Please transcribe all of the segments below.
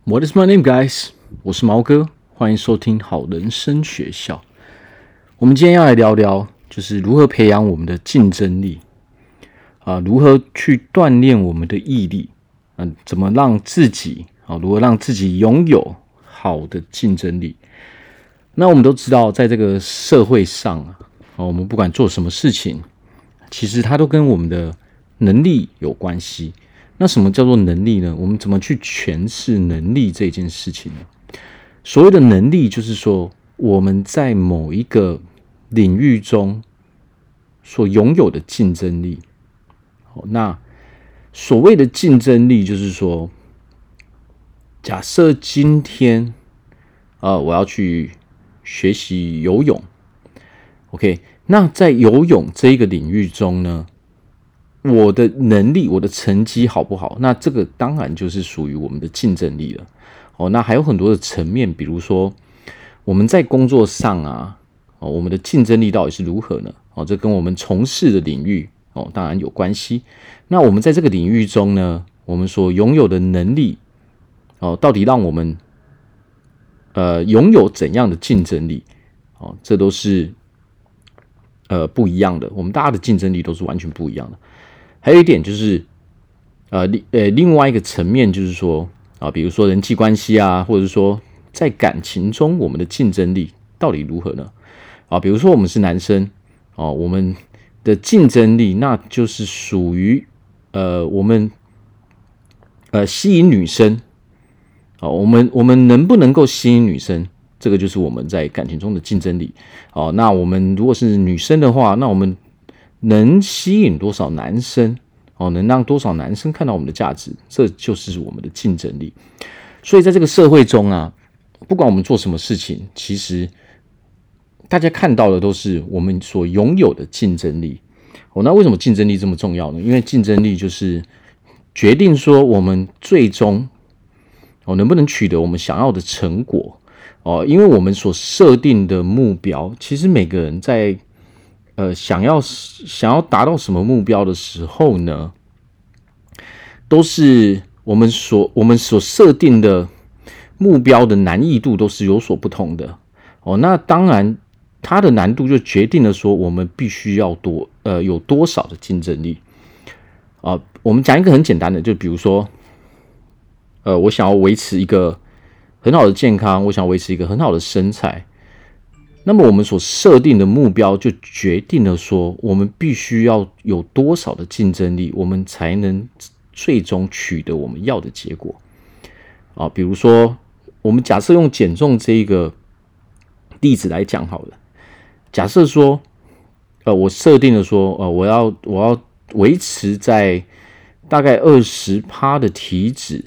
What is my name, guys？ 我是毛哥，欢迎收听好人生学校。我们今天要来聊聊，就是如何培养我们的竞争力如何去锻炼我们的毅力怎么让自己如何让自己拥有好的竞争力。那我们都知道，在这个社会上我们不管做什么事情，其实它都跟我们的能力有关系。那什么叫做能力呢？我们怎么去诠释能力这件事情呢？所谓的能力，就是说我们在某一个领域中所拥有的竞争力。那所谓的竞争力，就是说，假设今天我要去学习游泳 ，OK， 那在游泳这一个领域中呢，我的能力，我的成绩好不好？那这个当然就是属于我们的竞争力了。那还有很多的层面，比如说我们在工作上我们的竞争力到底是如何呢？这跟我们从事的领域当然有关系。那我们在这个领域中呢，我们所拥有的能力到底让我们拥有怎样的竞争力？这都是不一样的。我们大家的竞争力都是完全不一样的。还有一点就是另外一个层面就是说比如说人际关系或者说在感情中我们的竞争力到底如何呢？比如说我们是男生我们的竞争力那就是属于我们吸引女生我们能不能够吸引女生，这个就是我们在感情中的竞争力那我们如果是女生的话，那我们能吸引多少男生能让多少男生看到我们的价值，这就是我们的竞争力。所以在这个社会中不管我们做什么事情，其实大家看到的都是我们所拥有的竞争力那为什么竞争力这么重要呢？因为竞争力就是决定说我们最终能不能取得我们想要的成果因为我们所设定的目标，其实每个人在想要达到什么目标的时候呢，都是我们所设定的目标的难易度都是有所不同的那当然它的难度就决定了说我们必须要有多少的竞争力我们讲一个很简单的，就比如说我想要维持一个很好的健康，我想要维持一个很好的身材，那么我们所设定的目标就决定了说我们必须要有多少的竞争力，我们才能最终取得我们要的结果比如说我们假设用减重这一个例子来讲好了，假设说我设定了说我要维持在大概 20% 的体脂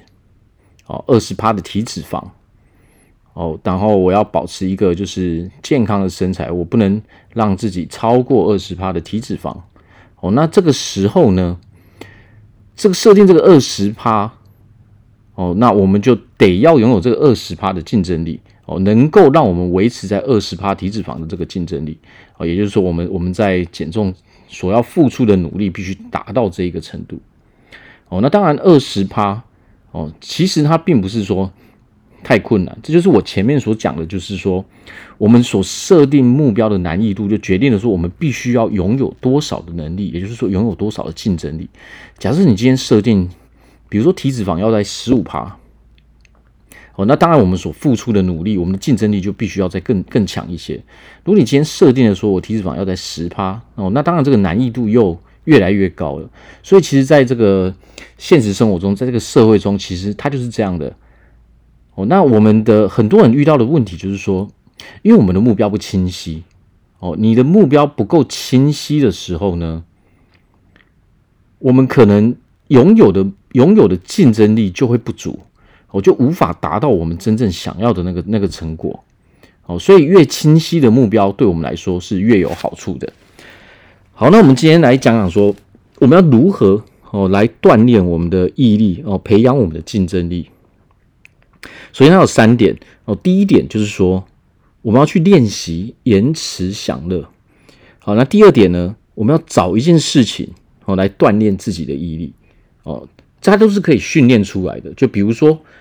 20% 的体脂肪然后我要保持一个就是健康的身材，我不能让自己超过 20% 的体脂肪那这个时候呢，设定这个 20% 那我们就得要拥有这个 20% 的竞争力能够让我们维持在 20% 体脂肪的这个竞争力也就是说我们在减重所要付出的努力必须达到这一个程度那当然 20% 其实它并不是说太困难，这就是我前面所讲的，就是说我们所设定目标的难易度就决定了说我们必须要拥有多少的能力，也就是说拥有多少的竞争力。假设你今天设定比如说体脂肪要在 15% 那当然我们所付出的努力，我们的竞争力就必须要再更强一些。如果你今天设定了说我体脂肪要在 10% 那当然这个难易度又越来越高了。所以其实在这个现实生活中，在这个社会中，其实它就是这样的那我们的很多人遇到的问题就是说，因为我们的目标不清晰你的目标不够清晰的时候呢，我们可能拥有的竞争力就会不足就无法达到我们真正想要的那个成果所以越清晰的目标对我们来说是越有好处的。好，那我们今天来讲讲说我们要如何来锻炼我们的毅力培养我们的竞争力。首先它有3点第一点就是说我们要去练习延迟享乐。好，那第二点呢，我们要找一件事情来锻炼自己的毅力这都是可以训练出来的。就比如说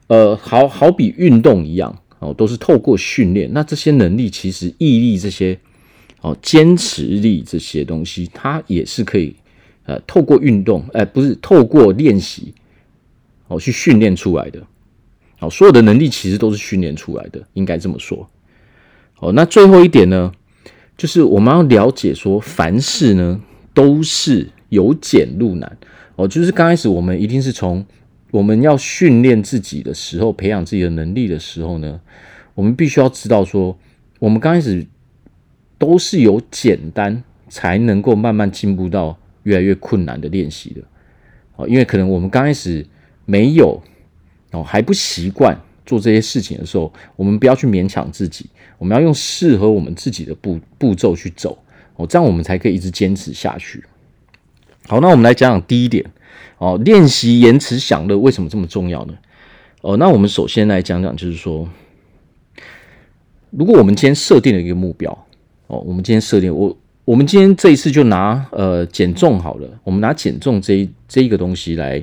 好比运动一样都是透过训练。那这些能力其实毅力这些坚持力这些东西，它也是可以透过运动不是透过练习去训练出来的。所有的能力其实都是训练出来的，应该这么说。那最后一点呢，就是我们要了解说，凡事呢都是由简入难。就是刚开始我们一定是从我们要训练自己的时候，培养自己的能力的时候呢，我们必须要知道说，我们刚开始都是由简单才能够慢慢进步到越来越困难的练习的。因为可能我们刚开始没有还不习惯做这些事情的时候，我们不要去勉强自己，我们要用适合我们自己的步骤去走，这样我们才可以一直坚持下去。好，那我们来讲讲第一点，练习延迟享乐为什么这么重要呢？那我们首先来讲讲，就是说，如果我们今天设定了一个目标，我们今天设定，我们今天这一次就拿减重好了，我们拿减重这一个东西来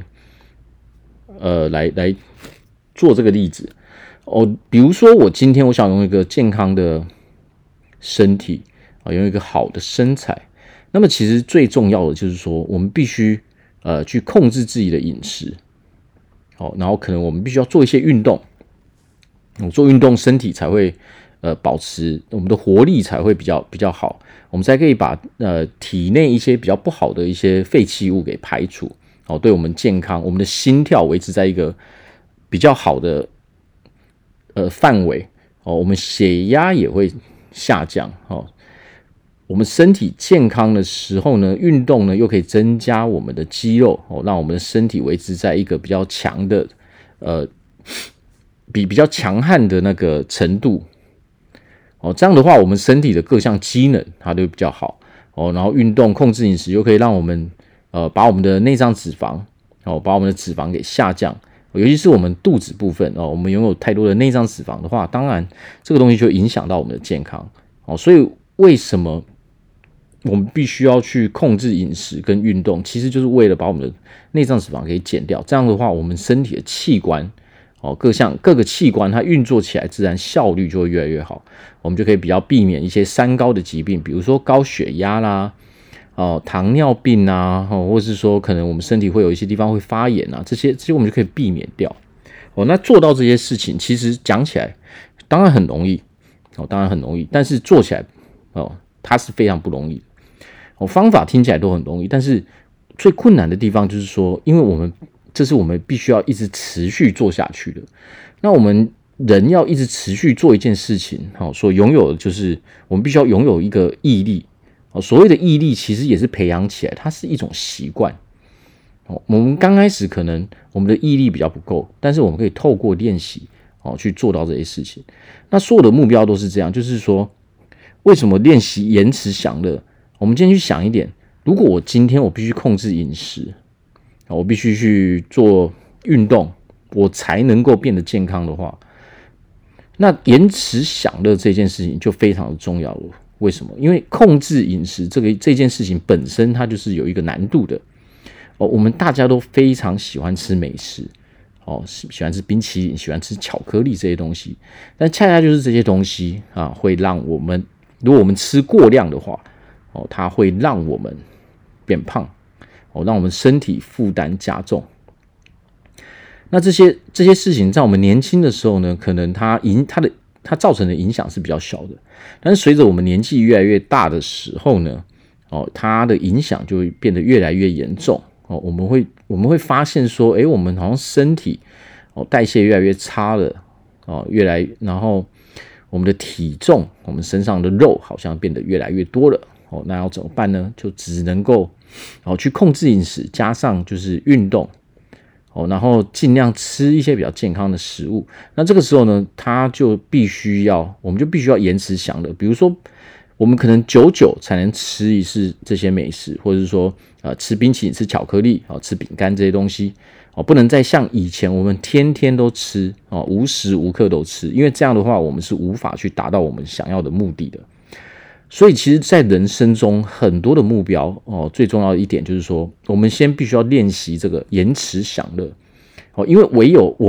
做这个例子。比如说我今天我想用一个健康的身体，用一个好的身材，那么其实最重要的就是说，我们必须去控制自己的饮食，然后可能我们必须要做一些运动，做运动身体才会保持我们的活力才会比较好，我们才可以把体内一些比较不好的一些废弃物给排除，对我们健康，我们的心跳维持在一个比较好的范围，我们血压也会下降，我们身体健康的时候呢，运动呢又可以增加我们的肌肉，让我们的身体维持在一个比较强的比较强悍的那个程度。这样的话，我们身体的各项机能它都比较好，然后运动控制饮食又可以让我们把我们的内脏脂肪把我们的脂肪给下降，尤其是我们肚子部分我们拥有太多的内脏脂肪的话，当然这个东西就影响到我们的健康。所以为什么我们必须要去控制饮食跟运动，其实就是为了把我们的内脏脂肪给减掉，这样的话我们身体的器官各个器官它运作起来自然效率就会越来越好，我们就可以比较避免一些三高的疾病，比如说高血压啦糖尿病啊，或是说可能我们身体会有一些地方会发炎啊，这些我们就可以避免掉。那做到这些事情其实讲起来当然很容易但是做起来它是非常不容易的。方法听起来都很容易，但是最困难的地方就是说，因为这是我们必须要一直持续做下去的。那我们人要一直持续做一件事情所拥有的就是我们必须要拥有一个毅力。所谓的毅力其实也是培养起来，它是一种习惯。我们刚开始可能我们的毅力比较不够，但是我们可以透过练习去做到这些事情。那所有的目标都是这样，就是说为什么练习延迟享乐？我们今天去想一点，如果我今天我必须控制饮食，我必须去做运动，我才能够变得健康的话，那延迟享乐这件事情就非常的重要了。为什么？因为控制饮食这件事情本身它就是有一个难度的。我们大家都非常喜欢吃美食，喜欢吃冰淇淋，喜欢吃巧克力这些东西，但恰恰就是这些东西会让我们，如果我们吃过量的话，它会让我们变胖，让我们身体负担加重。那这些事情在我们年轻的时候呢，可能它造成的影响是比较小的，但是随着我们年纪越来越大的时候呢，它的影响就会变得越来越严重。我们会发现说，我们好像身体代谢越来越差了，然后我们的体重，我们身上的肉好像变得越来越多了。那要怎么办呢？就只能够去控制饮食，加上就是运动。然后尽量吃一些比较健康的食物。那这个时候呢，我们就必须要延迟享乐。比如说，我们可能久久才能吃一次这些美食，或者是说吃冰淇淋、吃巧克力、吃饼干这些东西，不能再像以前我们天天都吃，无时无刻都吃，因为这样的话，我们是无法去达到我们想要的目的的。所以其实在人生中很多的目标最重要的一点就是说，我们先必须要练习这个延迟享乐因为唯有我们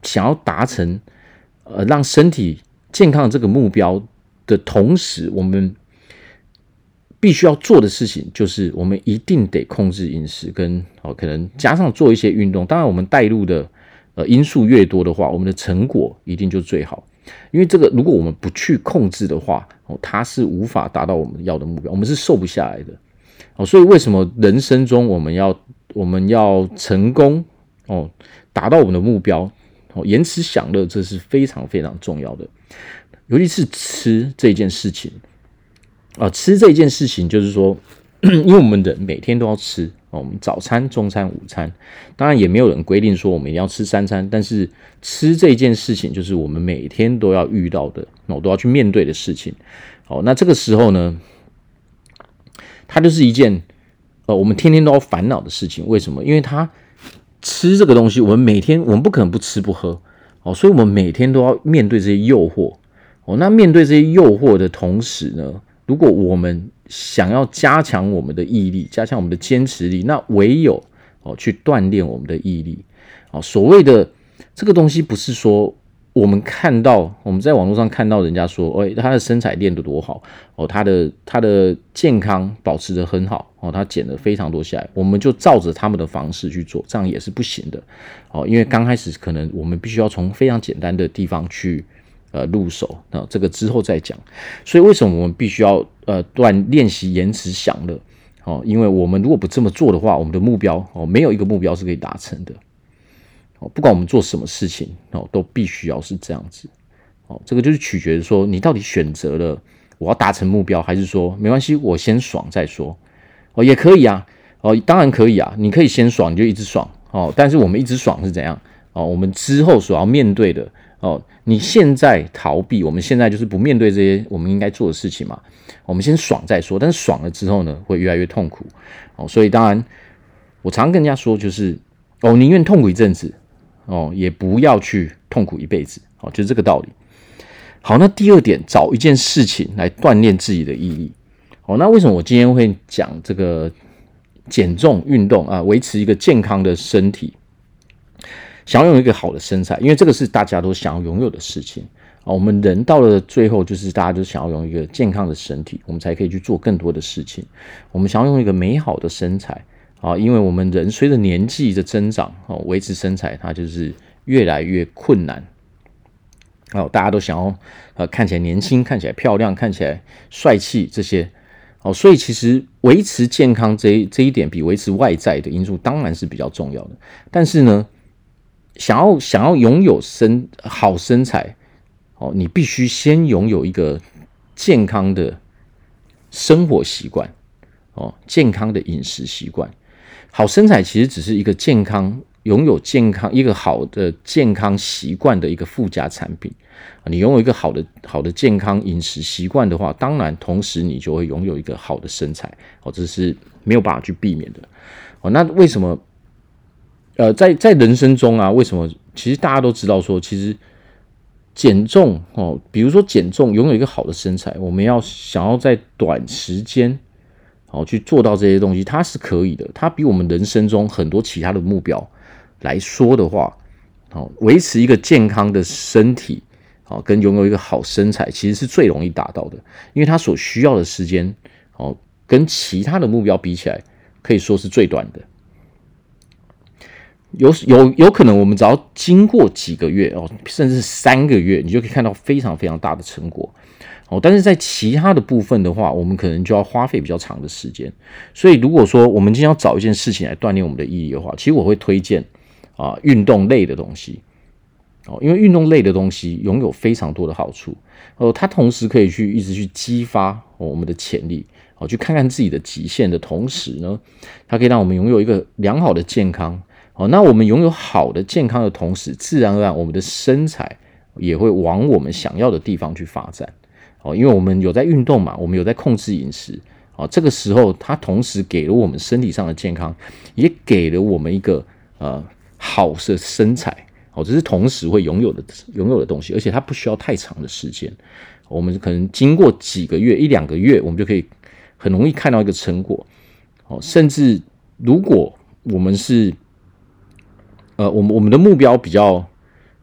想要达成让身体健康的这个目标的同时，我们必须要做的事情就是我们一定得控制饮食跟可能加上做一些运动。当然我们带入的因素越多的话，我们的成果一定就最好。因为这个如果我们不去控制的话，它是无法达到我们要的目标，我们是瘦不下来的。所以为什么人生中我们要成功达到我们的目标，延迟享乐，这是非常非常重要的。尤其是吃这件事情吃这件事情就是说因为我们人每天都要吃我们早餐、中餐、午餐，当然也没有人规定说我们一定要吃3餐，但是吃这件事情就是我们每天都要遇到的都要去面对的事情。那这个时候呢，它就是一件我们天天都要烦恼的事情。为什么？因为它吃这个东西，我们不可能不吃不喝所以我们每天都要面对这些诱惑那面对这些诱惑的同时呢，如果我们想要加强我们的毅力，加强我们的坚持力，那唯有去锻炼我们的毅力所谓的这个东西不是说我们在网络上看到人家说他的身材练得多好他的健康保持得很好他减了非常多下来，我们就照着他们的方式去做，这样也是不行的因为刚开始可能我们必须要从非常简单的地方去入手，这个之后再讲。所以为什么我们必须要练习延迟享乐因为我们如果不这么做的话，我们的目标没有一个目标是可以达成的不管我们做什么事情都必须要是这样子这个就是取决于说你到底选择了我要达成目标，还是说没关系我先爽再说也可以啊当然可以啊，你可以先爽你就一直爽但是我们一直爽是怎样我们之后所要面对的你现在逃避，我们现在就是不面对这些我们应该做的事情嘛，我们先爽再说，但是爽了之后呢会越来越痛苦所以当然我常跟人家说就是宁愿痛苦一阵子也不要去痛苦一辈子就是这个道理。好，那第二点，找一件事情来锻炼自己的毅力那为什么我今天会讲这个减重运动维持一个健康的身体，想要拥有一个好的身材，因为这个是大家都想要拥有的事情我们人到了最后就是大家都想要拥有一个健康的身体，我们才可以去做更多的事情。我们想要拥有一个美好的身材因为我们人随着年纪的增长维持身材它就是越来越困难大家都想要看起来年轻，看起来漂亮，看起来帅气这些所以其实维持健康这一点比维持外在的因素当然是比较重要的。但是呢，想要拥有好身材你必须先拥有一个健康的生活习惯健康的饮食习惯。好身材其实只是一个拥有一个好的健康习惯的一个附加产品你拥有一个好的健康饮食习惯的话，当然同时你就会拥有一个好的身材这是没有办法去避免的那为什么在人生中为什么其实大家都知道说其实减重比如说减重拥有一个好的身材，我们想要在短时间去做到这些东西，它是可以的。它比我们人生中很多其他的目标来说的话维持一个健康的身体跟拥有一个好身材其实是最容易达到的，因为它所需要的时间跟其他的目标比起来可以说是最短的。有可能我们只要经过几个月甚至3个月，你就可以看到非常非常大的成果但是在其他的部分的话，我们可能就要花费比较长的时间。所以如果说我们今天要找一件事情来锻炼我们的毅力的话，其实我会推荐运动类的东西因为运动类的东西拥有非常多的好处它同时可以一直去激发我们的潜力去看看自己的极限的同时呢，它可以让我们拥有一个良好的健康那我们拥有好的健康的同时，自然而然我们的身材也会往我们想要的地方去发展因为我们有在运动嘛，我们有在控制饮食这个时候它同时给了我们身体上的健康，也给了我们一个好的身材这是同时会拥有的东西，而且它不需要太长的时间，我们可能经过几个月1-2个月，我们就可以很容易看到一个成果甚至如果我们是我们的目标比较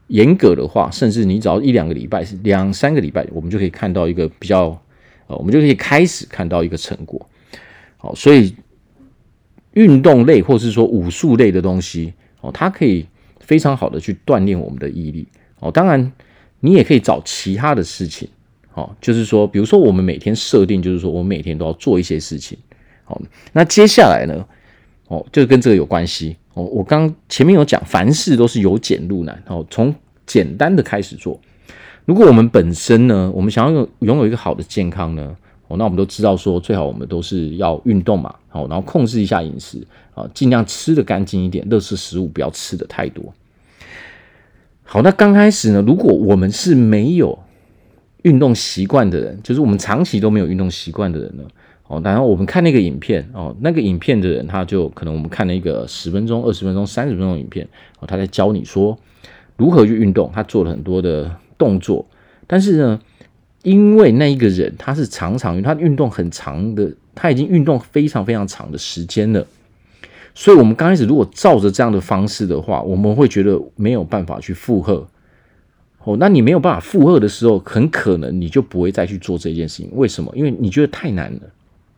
严格的话，甚至你只要1-2个礼拜、2-3个礼拜，我们就可以看到一个比较，我们就可以开始看到一个成果。好，所以运动类或是说武术类的东西，它可以非常好的去锻炼我们的毅力。当然你也可以找其他的事情，就是说比如说我们每天设定，就是说我们每天都要做一些事情。那接下来呢，就跟这个有关系。我刚前面有讲，凡事都是由简入难，从简单的开始做。如果我们本身呢，我们想要拥有一个好的健康呢，那我们都知道说，最好我们都是要运动嘛，然后控制一下饮食，尽量吃得干净一点，垃圾食物不要吃得太多。好，那刚开始呢，如果我们是没有运动习惯的人，就是我们长期都没有运动习惯的人呢，然后我们看那个影片，那个影片的人他就可能我们看了一个10分钟、20分钟、30分钟的影片，他在教你说如何去运动，他做了很多的动作，但是呢，因为那一个人他是他运动很长的，他已经运动非常非常长的时间了，所以我们刚开始如果照着这样的方式的话，我们会觉得没有办法去负荷。那你没有办法负荷的时候，很可能你就不会再去做这件事情。为什么？因为你觉得太难了。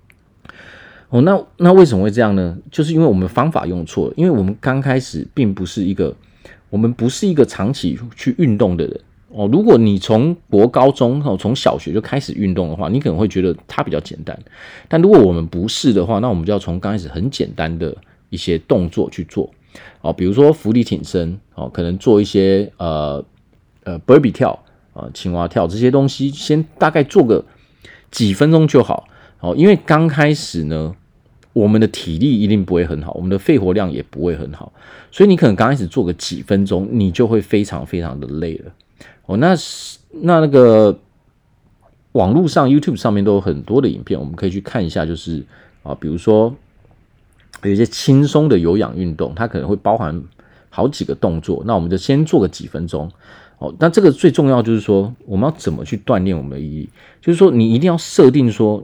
那为什么会这样呢？就是因为我们方法用错了，因为我们刚开始我们不是一个长期去运动的人。如果你从国高中从小学就开始运动的话，你可能会觉得它比较简单。但如果我们不是的话，那我们就要从刚开始很简单的一些动作去做。比如说伏地挺身，可能做一些burpee 跳，青蛙跳这些东西，先大概做个几分钟就好。因为刚开始呢，我们的体力一定不会很好，我们的肺活量也不会很好，所以你可能刚开始做个几分钟，你就会非常非常的累了。那个网络上 YouTube 上面都有很多的影片，我们可以去看一下，就是比如说有一些轻松的有氧运动，它可能会包含好几个动作，那我们就先做个几分钟。那这个最重要就是说，我们要怎么去锻炼我们的毅力，就是说你一定要设定说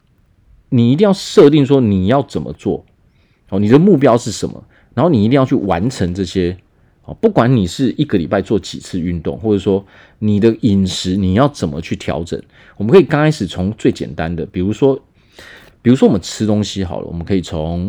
你要怎么做，你的目标是什么，然后你一定要去完成这些。不管你是1个礼拜做几次运动，或者说你的饮食你要怎么去调整，我们可以刚开始从最简单的，比如说我们吃东西好了，我们可以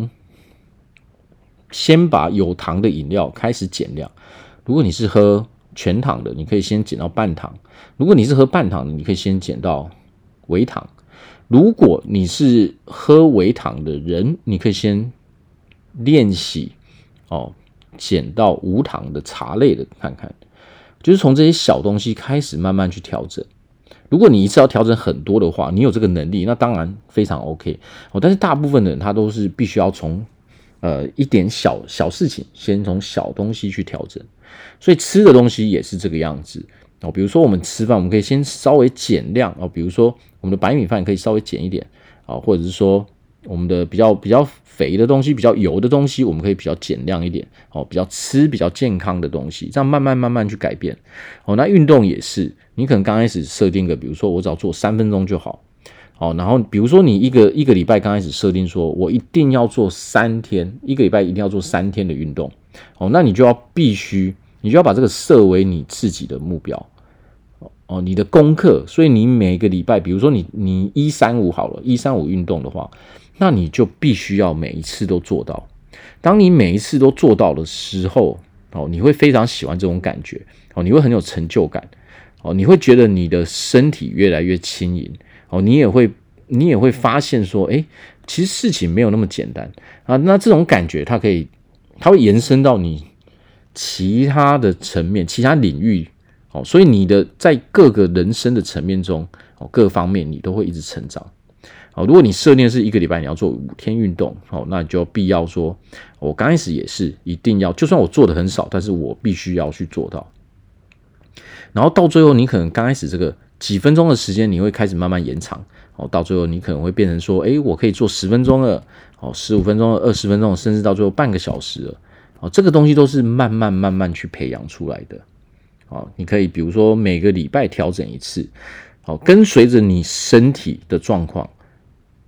先把有糖的饮料开始减量。如果你是喝全糖的，你可以先减到半糖；如果你是喝半糖的，你可以先减到微糖；如果你是喝微糖的人，你可以先练习减到无糖的茶类的看看，就是从这些小东西开始慢慢去调整。如果你一次要调整很多的话，你有这个能力，那当然非常 OK。但是大部分的人他都是必须要从一点小事情，先从小东西去调整。所以吃的东西也是这个样子。比如说我们吃饭，我们可以先稍微减量，比如说我们的白米饭可以稍微减一点，或者是说我们的比较肥的东西，比较油的东西，我们可以比较减量一点，比较吃比较健康的东西，这样慢慢去改变。那运动也是，你可能刚开始设定个，比如说我只要做3分钟就好，然后比如说你一个礼拜刚开始设定说我一定要做3天，1个礼拜一定要做3天的运动，那你就要把这个设为你自己的目标，你的功课。所以你每个礼拜，比如说你135好了，135运动的话，那你就必须要每一次都做到。当你每一次都做到的时候，你会非常喜欢这种感觉，你会很有成就感，你会觉得你的身体越来越轻盈，你也会发现说，其实事情没有那么简单啊。那这种感觉它会延伸到你其他的层面、其他领域，所以你的在各个人生的层面中，各方面你都会一直成长。如果你设定的是1个礼拜你要做5天运动，那你就必要说，我刚开始也是一定要，就算我做的很少，但是我必须要去做到。然后到最后，你可能刚开始这个几分钟的时间，你会开始慢慢延长，到最后你可能会变成说，我可以做10分钟了，15分钟了，20分钟了，甚至到最后半个小时了。这个东西都是慢慢去培养出来的。你可以比如说每个礼拜调整一次，跟随着你身体的状况，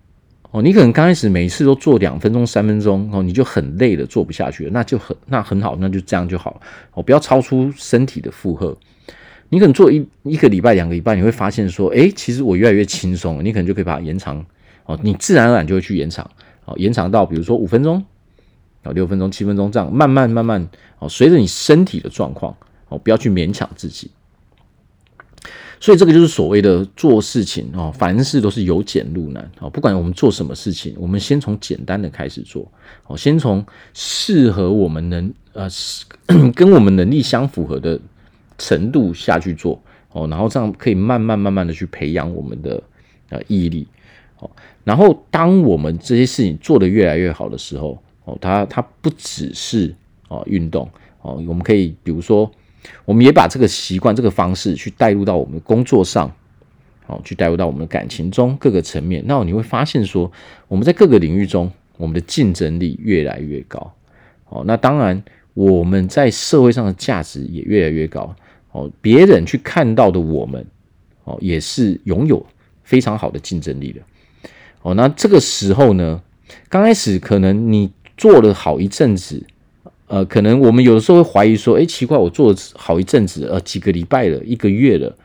你可能刚开始每一次都做2分钟、3分钟你就很累了，做不下去了，那很好，那就这样就好了不要超出身体的负荷。你可能做一个礼拜、2个礼拜，你会发现说，其实我越来越轻松了，你可能就可以把它延长你自然而然就会去延长延长到比如说5分钟、6分钟、7分钟这样，慢慢随着你身体的状况不要去勉强自己。所以这个就是所谓的做事情凡事都是由简入难不管我们做什么事情，我们先从简单的开始做先从适合我们跟我们能力相符合的程度下去做然后这样可以慢慢的去培养我们的毅力然后当我们这些事情做得越来越好的时候它不只是运动我们可以比如说我们也把这个习惯、这个方式去带入到我们的工作上去带入到我们的感情中各个层面，那你会发现说我们在各个领域中我们的竞争力越来越高那当然我们在社会上的价值也越来越高别人去看到的我们也是拥有非常好的竞争力的那这个时候呢，刚开始可能你做了好一阵子可能我们有的时候会怀疑说奇怪，我做了好一阵子几个礼拜了，1个月了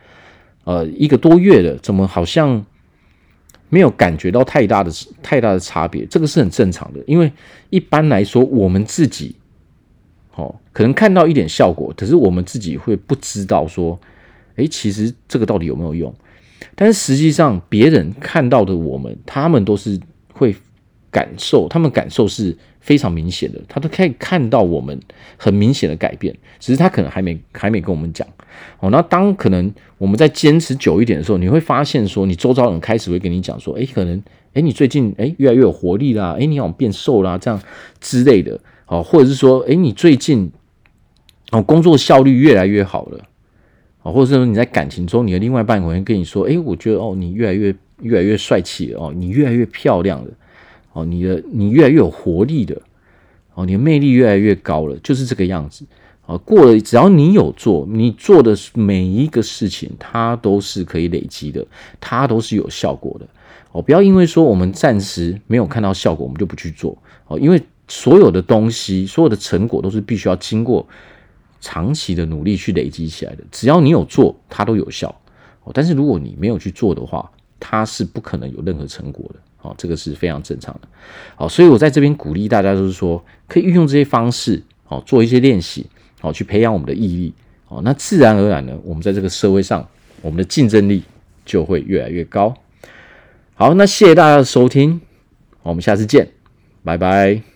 1个多月了，怎么好像没有感觉到太大的差别？这个是很正常的，因为一般来说我们自己可能看到一点效果，可是我们自己会不知道说其实这个到底有没有用。但是实际上别人看到的我们，他们都是会他们感受是非常明显的，他都可以看到我们很明显的改变，只是他可能还没跟我们讲那当可能我们在坚持久一点的时候，你会发现说你周遭人开始会跟你讲说可能你最近越来越有活力啦，你好像变瘦啦这样之类的或者是说你最近工作效率越来越好了或者是说你在感情中你的另外一半可能会跟你说我觉得你越来越帅气了你越来越漂亮了你越来越有活力的你的魅力越来越高了，就是这个样子过了只要你有做，你做的每一个事情它都是可以累积的，它都是有效果的不要因为说我们暂时没有看到效果我们就不去做因为所有的东西所有的成果都是必须要经过长期的努力去累积起来的，只要你有做它都有效但是如果你没有去做的话，它是不可能有任何成果的这个是非常正常的所以我在这边鼓励大家就是说可以运用这些方式做一些练习去培养我们的毅力那自然而然呢，我们在这个社会上我们的竞争力就会越来越高。好，那谢谢大家的收听我们下次见，拜拜。